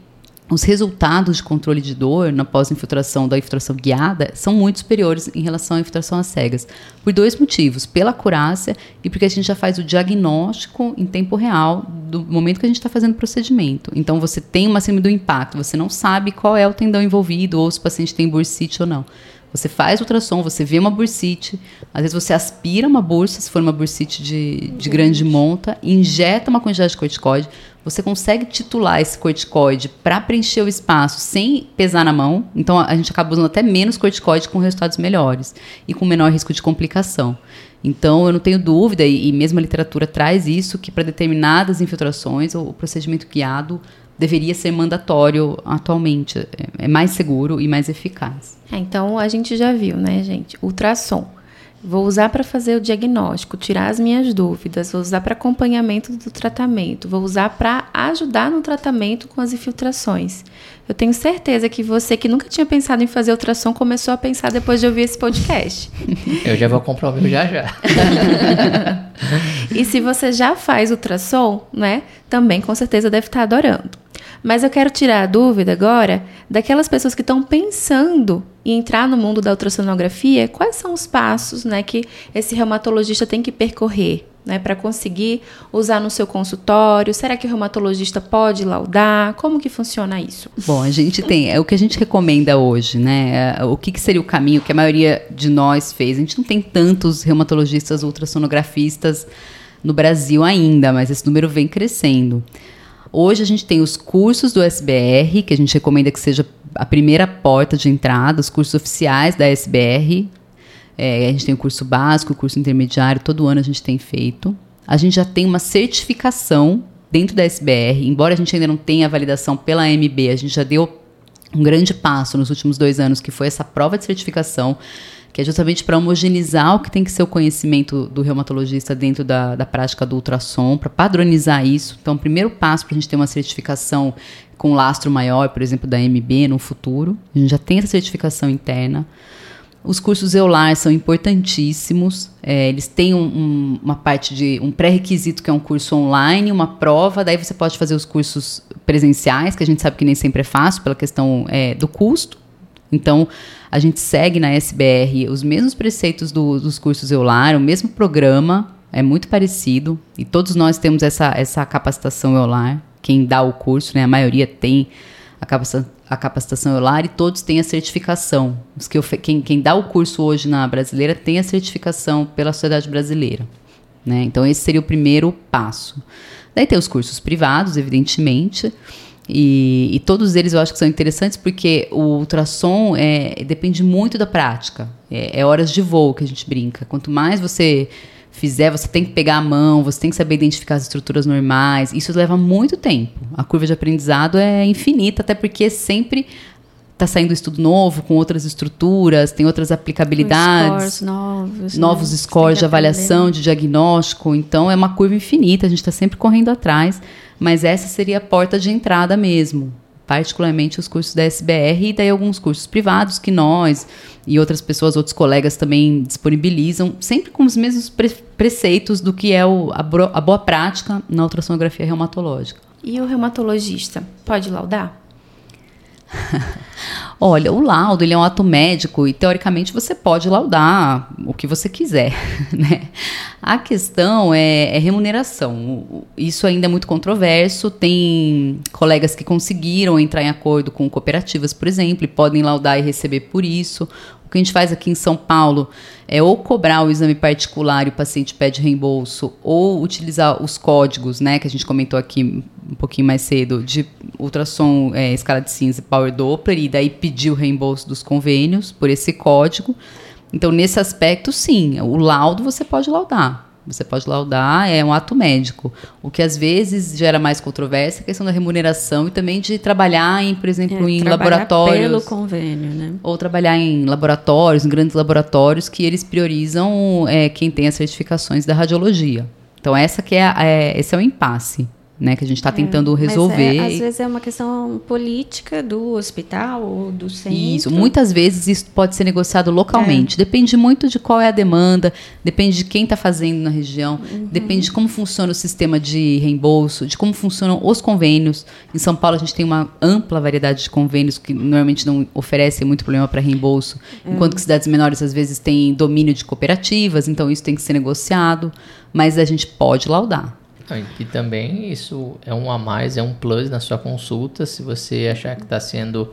os resultados de controle de dor na pós-infiltração da infiltração guiada são muito superiores em relação à infiltração às cegas, por 2 motivos: pela acurácia e porque a gente já faz o diagnóstico em tempo real do momento que a gente está fazendo o procedimento. Então você tem uma síndrome do impacto, você não sabe qual é o tendão envolvido ou se o paciente tem bursite ou não. Você faz ultrassom, você vê uma bursite, às vezes você aspira uma bursa, se for uma bursite de grande monta, injeta uma quantidade de corticoide, você consegue titular esse corticoide para preencher o espaço sem pesar na mão, então a gente acaba usando até menos corticoide com resultados melhores e com menor risco de complicação. Então eu não tenho dúvida, e mesmo a literatura traz isso, que para determinadas infiltrações o procedimento guiado deveria ser mandatório atualmente. É mais seguro e mais eficaz. Então, a gente já viu, né, gente? Ultrassom. Vou usar para fazer o diagnóstico, tirar as minhas dúvidas, vou usar para acompanhamento do tratamento, vou usar para ajudar no tratamento com as infiltrações. Eu tenho certeza que você que nunca tinha pensado em fazer ultrassom começou a pensar depois de ouvir esse podcast. Eu já vou comprar o meu já. E se você já faz ultrassom, né, também com certeza deve estar adorando. Mas eu quero tirar a dúvida agora daquelas pessoas que estão pensando em entrar no mundo da ultrassonografia. Quais são os passos, né, que esse reumatologista tem que percorrer, né, para conseguir usar no seu consultório? Será que o reumatologista pode laudar? Como que funciona isso? Bom, a gente tem, o que a gente recomenda hoje, né? O que seria o caminho que a maioria de nós fez? A gente não tem tantos reumatologistas ultrassonografistas no Brasil ainda, mas esse número vem crescendo. Hoje a gente tem os cursos do SBR, que a gente recomenda que seja a primeira porta de entrada, os cursos oficiais da SBR. A gente tem o curso básico, o curso intermediário, todo ano a gente tem feito. A gente já tem uma certificação dentro da SBR, embora a gente ainda não tenha a validação pela AMB, a gente já deu um grande passo nos últimos 2 anos, que foi essa prova de certificação, que é justamente para homogeneizar o que tem que ser o conhecimento do reumatologista dentro da prática do ultrassom, para padronizar isso. Então, o primeiro passo para a gente ter uma certificação com lastro maior, por exemplo, da AMB no futuro, a gente já tem essa certificação interna. Os cursos EULAR são importantíssimos, eles têm uma parte de um pré-requisito que é um curso online, uma prova, daí você pode fazer os cursos presenciais, que a gente sabe que nem sempre é fácil pela questão do custo. Então, a gente segue na SBR os mesmos preceitos dos cursos EULAR, o mesmo programa, é muito parecido, e todos nós temos essa capacitação EULAR, quem dá o curso, né, a maioria tem a capacitação EULAR e todos têm a certificação. Quem dá o curso hoje na brasileira tem a certificação pela Sociedade Brasileira, né? Então, esse seria o primeiro passo. Daí tem os cursos privados, evidentemente, e todos eles eu acho que são interessantes porque o ultrassom depende muito da prática. É horas de voo que a gente brinca. Quanto mais você fizer, você tem que pegar a mão, você tem que saber identificar as estruturas normais. Isso leva muito tempo. A curva de aprendizado é infinita, até porque sempre está saindo estudo novo, com outras estruturas, tem outras aplicabilidades. Scores novos scores de avaliação, de diagnóstico. Então, é uma curva infinita, a gente está sempre correndo atrás. Mas essa seria a porta de entrada mesmo. Particularmente os cursos da SBR e daí alguns cursos privados que nós e outras pessoas, outros colegas também disponibilizam, sempre com os mesmos preceitos do que é a boa prática na ultrassonografia reumatológica. E o reumatologista pode laudar? Olha, o laudo ele é um ato médico e, teoricamente, você pode laudar o que você quiser, né? A questão é remuneração. Isso ainda é muito controverso. Tem colegas que conseguiram entrar em acordo com cooperativas, por exemplo, e podem laudar e receber por isso. O que a gente faz aqui em São Paulo é ou cobrar o exame particular e o paciente pede reembolso, ou utilizar os códigos, né, que a gente comentou aqui um pouquinho mais cedo, de ultrassom, escala de cinza e power Doppler, e daí pedir o reembolso dos convênios por esse código. Então, nesse aspecto, sim, o laudo você pode laudar. Você pode laudar, é um ato médico. O que às vezes gera mais controvérsia é a questão da remuneração e também de trabalhar em, por exemplo, em laboratórios. Pelo convênio, né? Ou trabalhar em laboratórios, em grandes laboratórios, que eles priorizam quem tem as certificações da radiologia. Então, esse é o impasse. né, que a gente está tentando resolver. Às vezes é uma questão política do hospital ou do centro. Isso, muitas vezes isso pode ser negociado localmente. Depende muito de qual é a demanda, depende de quem está fazendo na região, depende de como funciona o sistema de reembolso, de como funcionam os convênios. Em São Paulo a gente tem uma ampla variedade de convênios que normalmente não oferecem muito problema para reembolso, enquanto que cidades menores às vezes têm domínio de cooperativas, então isso tem que ser negociado, mas a gente pode laudar. E também isso é um a mais, é um plus na sua consulta. Se você achar que está sendo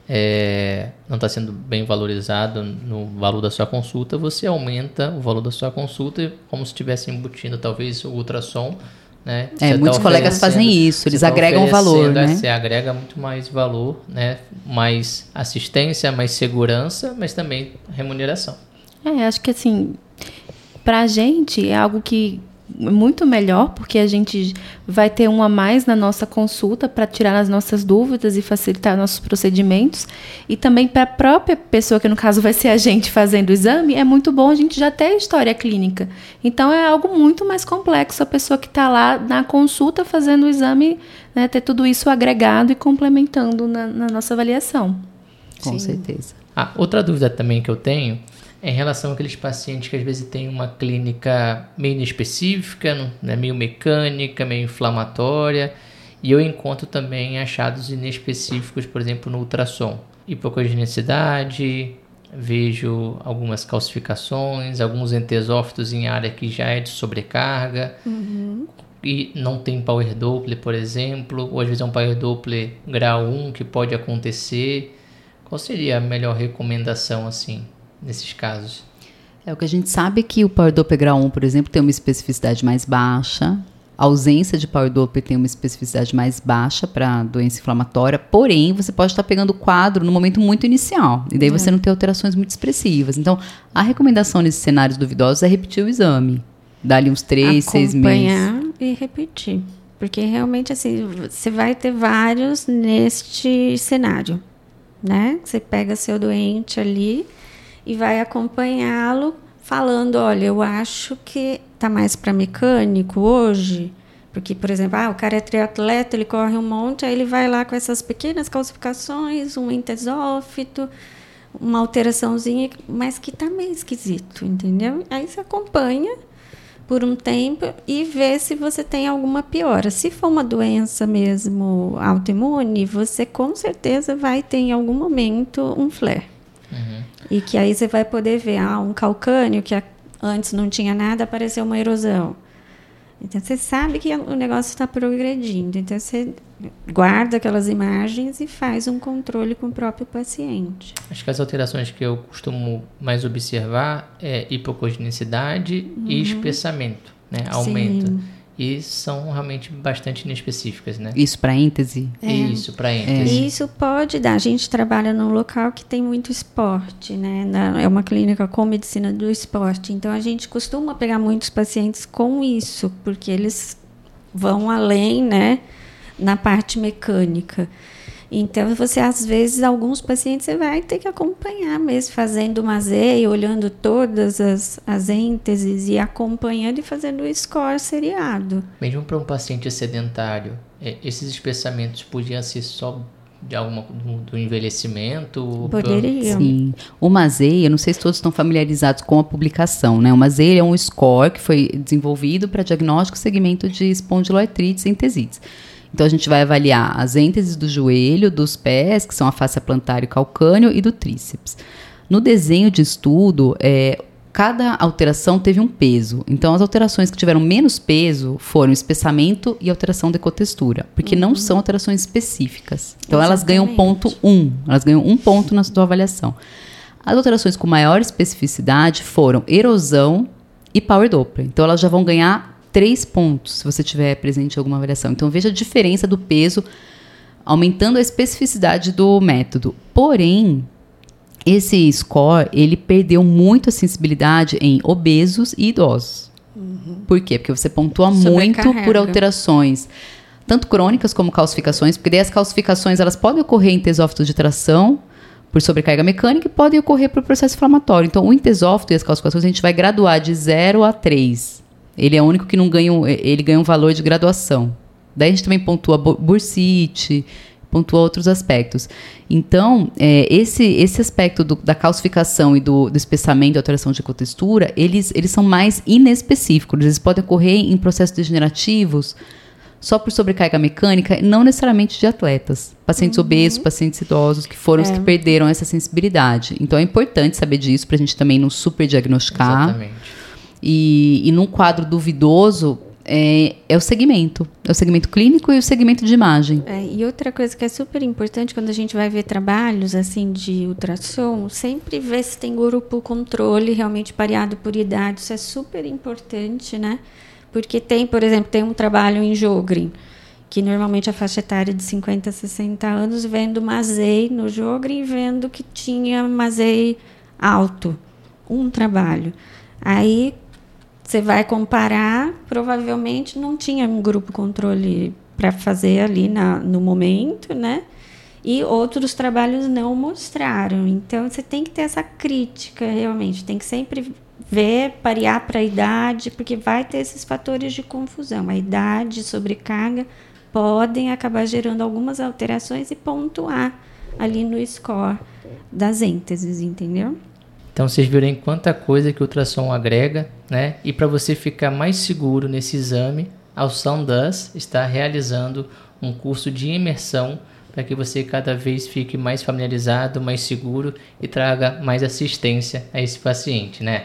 não está sendo bem valorizado no valor da sua consulta, você aumenta o valor da sua consulta, como se estivesse embutindo talvez o ultrassom, né? Muitos colegas fazem isso, eles agregam valor, né? Você agrega muito mais valor, né? Mais assistência, mais segurança, mas também remuneração. Acho que assim, pra gente é algo que muito melhor, porque a gente vai ter um a mais na nossa consulta para tirar as nossas dúvidas e facilitar nossos procedimentos. E também para a própria pessoa, que no caso vai ser a gente fazendo o exame, é muito bom a gente já ter a história clínica. Então é algo muito mais complexo a pessoa que está lá na consulta fazendo o exame, né, ter tudo isso agregado e complementando na nossa avaliação. Com certeza. Outra dúvida também que eu tenho em relação àqueles pacientes que às vezes têm uma clínica meio inespecífica, né, meio mecânica, meio inflamatória, e eu encontro também achados inespecíficos, por exemplo, no ultrassom. Hipocondrogenesidade, vejo algumas calcificações, alguns entesófitos em área que já é de sobrecarga, e não tem Power Doppler, por exemplo, ou às vezes é um Power Doppler grau 1 que pode acontecer. Qual seria a melhor recomendação assim? Nesses casos? O que a gente sabe é que o Power Doppler grau 1, por exemplo, tem uma especificidade mais baixa. A ausência de Power Doppler tem uma especificidade mais baixa para doença inflamatória. Porém, você pode estar pegando o quadro no momento muito inicial. E daí você não tem alterações muito expressivas. Então, a recomendação nesses cenários duvidosos é repetir o exame. Dar ali uns 3, 6 meses. Acompanhar e repetir. Porque realmente, assim, você vai ter vários neste cenário, né? Você pega seu doente ali e vai acompanhá-lo falando, olha, eu acho que está mais para mecânico hoje, porque, por exemplo, o cara é triatleta, ele corre um monte, aí ele vai lá com essas pequenas calcificações, um entesófito, uma alteraçãozinha, mas que está meio esquisito, entendeu? Aí você acompanha por um tempo e vê se você tem alguma piora. Se for uma doença mesmo autoimune, você com certeza vai ter em algum momento um flare. E que aí você vai poder ver, um calcânio que antes não tinha nada, apareceu uma erosão. Então, você sabe que o negócio está progredindo. Então, você guarda aquelas imagens e faz um controle com o próprio paciente. Acho que as alterações que eu costumo mais observar é hipocondrogenesidade e espessamento, né? Aumento. Sim. E são realmente bastante inespecíficas, né? Isso para êntese? Isso, para êntese. Isso pode dar. A gente trabalha num local que tem muito esporte, né? É uma clínica com medicina do esporte. Então, a gente costuma pegar muitos pacientes com isso, porque eles vão além, né? Na parte mecânica. Então, você, às vezes, alguns pacientes você vai ter que acompanhar mesmo, fazendo maseio, olhando todas as ênteses e acompanhando e fazendo o score seriado. Mesmo para um paciente sedentário, esses espessamentos podiam ser só do envelhecimento? Poderiam. Sim. O MASEI, eu não sei se todos estão familiarizados com a publicação, né? O MASEI é um score que foi desenvolvido para diagnóstico e segmento de espondiloartrites e entesites. Então, a gente vai avaliar as ênteses do joelho, dos pés, que são a fáscia plantar e calcâneo, e do tríceps. No desenho de estudo, cada alteração teve um peso. Então, as alterações que tiveram menos peso foram espessamento e alteração de ecotextura, porque não são alterações específicas. Então, elas ganham ponto 1. Elas ganham 1 ponto na sua avaliação. As alterações com maior especificidade foram erosão e Power Doppler. Então, elas já vão ganhar 3 pontos, se você tiver presente em alguma avaliação. Então, veja a diferença do peso, aumentando a especificidade do método. Porém, esse score, ele perdeu muito a sensibilidade em obesos e idosos. Por quê? Porque você pontua muito por alterações, tanto crônicas como calcificações, porque daí as calcificações, elas podem ocorrer em entesófitos de tração, por sobrecarga mecânica, e podem ocorrer por processo inflamatório. Então, o entesófito e as calcificações, a gente vai graduar de 0 a 3. Ele é o único que não ganha, ele ganha um valor de graduação, Daí a gente também pontua bursite, pontua outros aspectos. Então, esse aspecto da calcificação e do espessamento e alteração de ecotextura, eles são mais inespecíficos. Eles podem ocorrer em processos degenerativos só por sobrecarga mecânica, não necessariamente de atletas. Pacientes obesos, pacientes idosos, que foram os que perderam essa sensibilidade. Então, é importante saber disso para a gente também não superdiagnosticar. Exatamente. E num quadro duvidoso, é o segmento. É o segmento clínico e o segmento de imagem. E outra coisa que é super importante quando a gente vai ver trabalhos assim de ultrassom, sempre ver se tem grupo controle realmente pareado por idade. Isso é super importante, né? Porque por exemplo, tem um trabalho em Sjögren, que normalmente a faixa etária de 50 a 60 anos, vendo Mazei no Sjögren, vendo que tinha Mazei alto. Um trabalho. Aí você vai comparar, provavelmente não tinha um grupo controle para fazer ali no momento, né? E outros trabalhos não mostraram. Então, você tem que ter essa crítica, realmente. Tem que sempre ver, parear para a idade, porque vai ter esses fatores de confusão. A idade, sobrecarga, podem acabar gerando algumas alterações e pontuar ali no score das ênteses, entendeu? Então, vocês viram quanta coisa que o ultrassom agrega, né? E para você ficar mais seguro nesse exame, a Soundus está realizando um curso de imersão para que você cada vez fique mais familiarizado, mais seguro e traga mais assistência a esse paciente, né?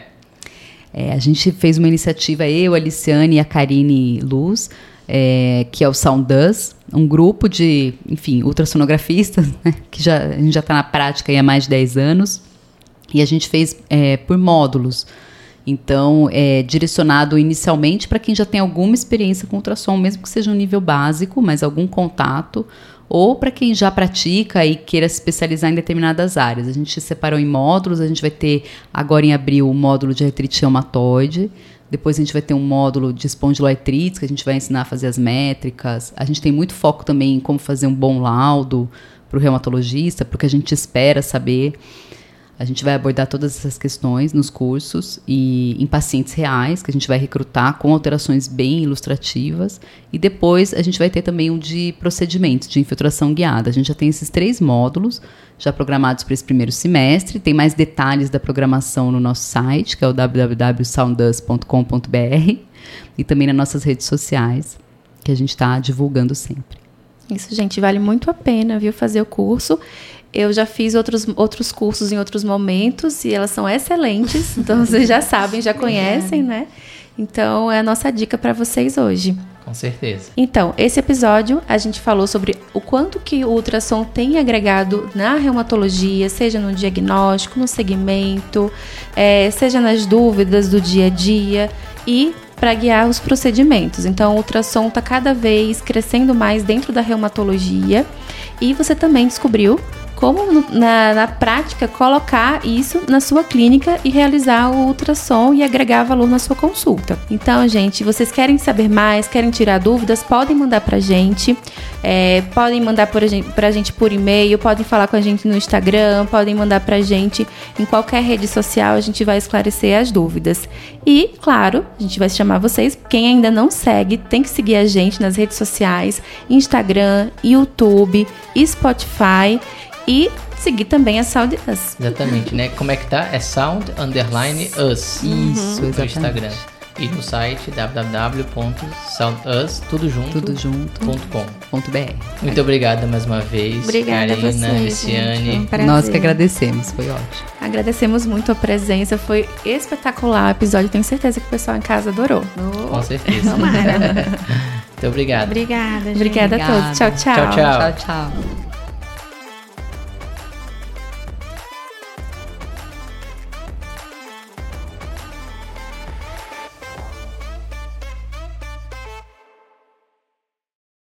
A gente fez uma iniciativa, eu, a Liciane e a Karine Luz, que é o Soundus, um grupo de, enfim, ultrassonografistas, né, que a gente já está na prática há mais de 10 anos, e a gente fez por módulos. Então, direcionado inicialmente para quem já tem alguma experiência com ultrassom, mesmo que seja um nível básico, mas algum contato, ou para quem já pratica e queira se especializar em determinadas áreas. A gente separou em módulos, a gente vai ter agora em abril um módulo de artrite reumatoide, depois a gente vai ter um módulo de espondiloartrites, que a gente vai ensinar a fazer as métricas. A gente tem muito foco também em como fazer um bom laudo para o reumatologista, porque a gente espera saber. A gente vai abordar todas essas questões nos cursos e em pacientes reais, que a gente vai recrutar com alterações bem ilustrativas. E depois a gente vai ter também um de procedimentos, de infiltração guiada. A gente já tem esses 3 módulos já programados para esse primeiro semestre. Tem mais detalhes da programação no nosso site, que é o www.soundus.com.br, e também nas nossas redes sociais, que a gente está divulgando sempre. Isso, gente, vale muito a pena, viu, fazer o curso. Eu já fiz outros cursos em outros momentos e elas são excelentes. Então, vocês já sabem, já conhecem, né? Então, é a nossa dica para vocês hoje. Com certeza. Então, esse episódio a gente falou sobre o quanto que o ultrassom tem agregado na reumatologia, seja no diagnóstico, no segmento, seja nas dúvidas do dia a dia e para guiar os procedimentos. Então, o ultrassom está cada vez crescendo mais dentro da reumatologia e você também descobriu como na prática colocar isso na sua clínica e realizar o ultrassom e agregar valor na sua consulta. Então, gente, vocês querem saber mais, querem tirar dúvidas, podem mandar pra gente, podem mandar pra gente por e-mail, podem falar com a gente no Instagram, podem mandar pra gente em qualquer rede social, a gente vai esclarecer as dúvidas. E, claro, a gente vai chamar vocês, quem ainda não segue, tem que seguir a gente nas redes sociais, Instagram, YouTube, Spotify, e seguir também a Sound Us. Exatamente, né? Como é que tá? É Sound_Us. Isso, no exatamente. Instagram. E no site www.soundus.com.br. Muito obrigada mais uma vez. Obrigada a Karina, vocês, Liciane. gente. Um prazer. Nós que agradecemos, foi ótimo. Agradecemos muito a presença, foi espetacular o episódio, tenho certeza que o pessoal em casa adorou. Com certeza. Tomara. Muito obrigado. Obrigada, gente. Obrigada a todos. Tchau, tchau. Tchau, tchau. Tchau, tchau.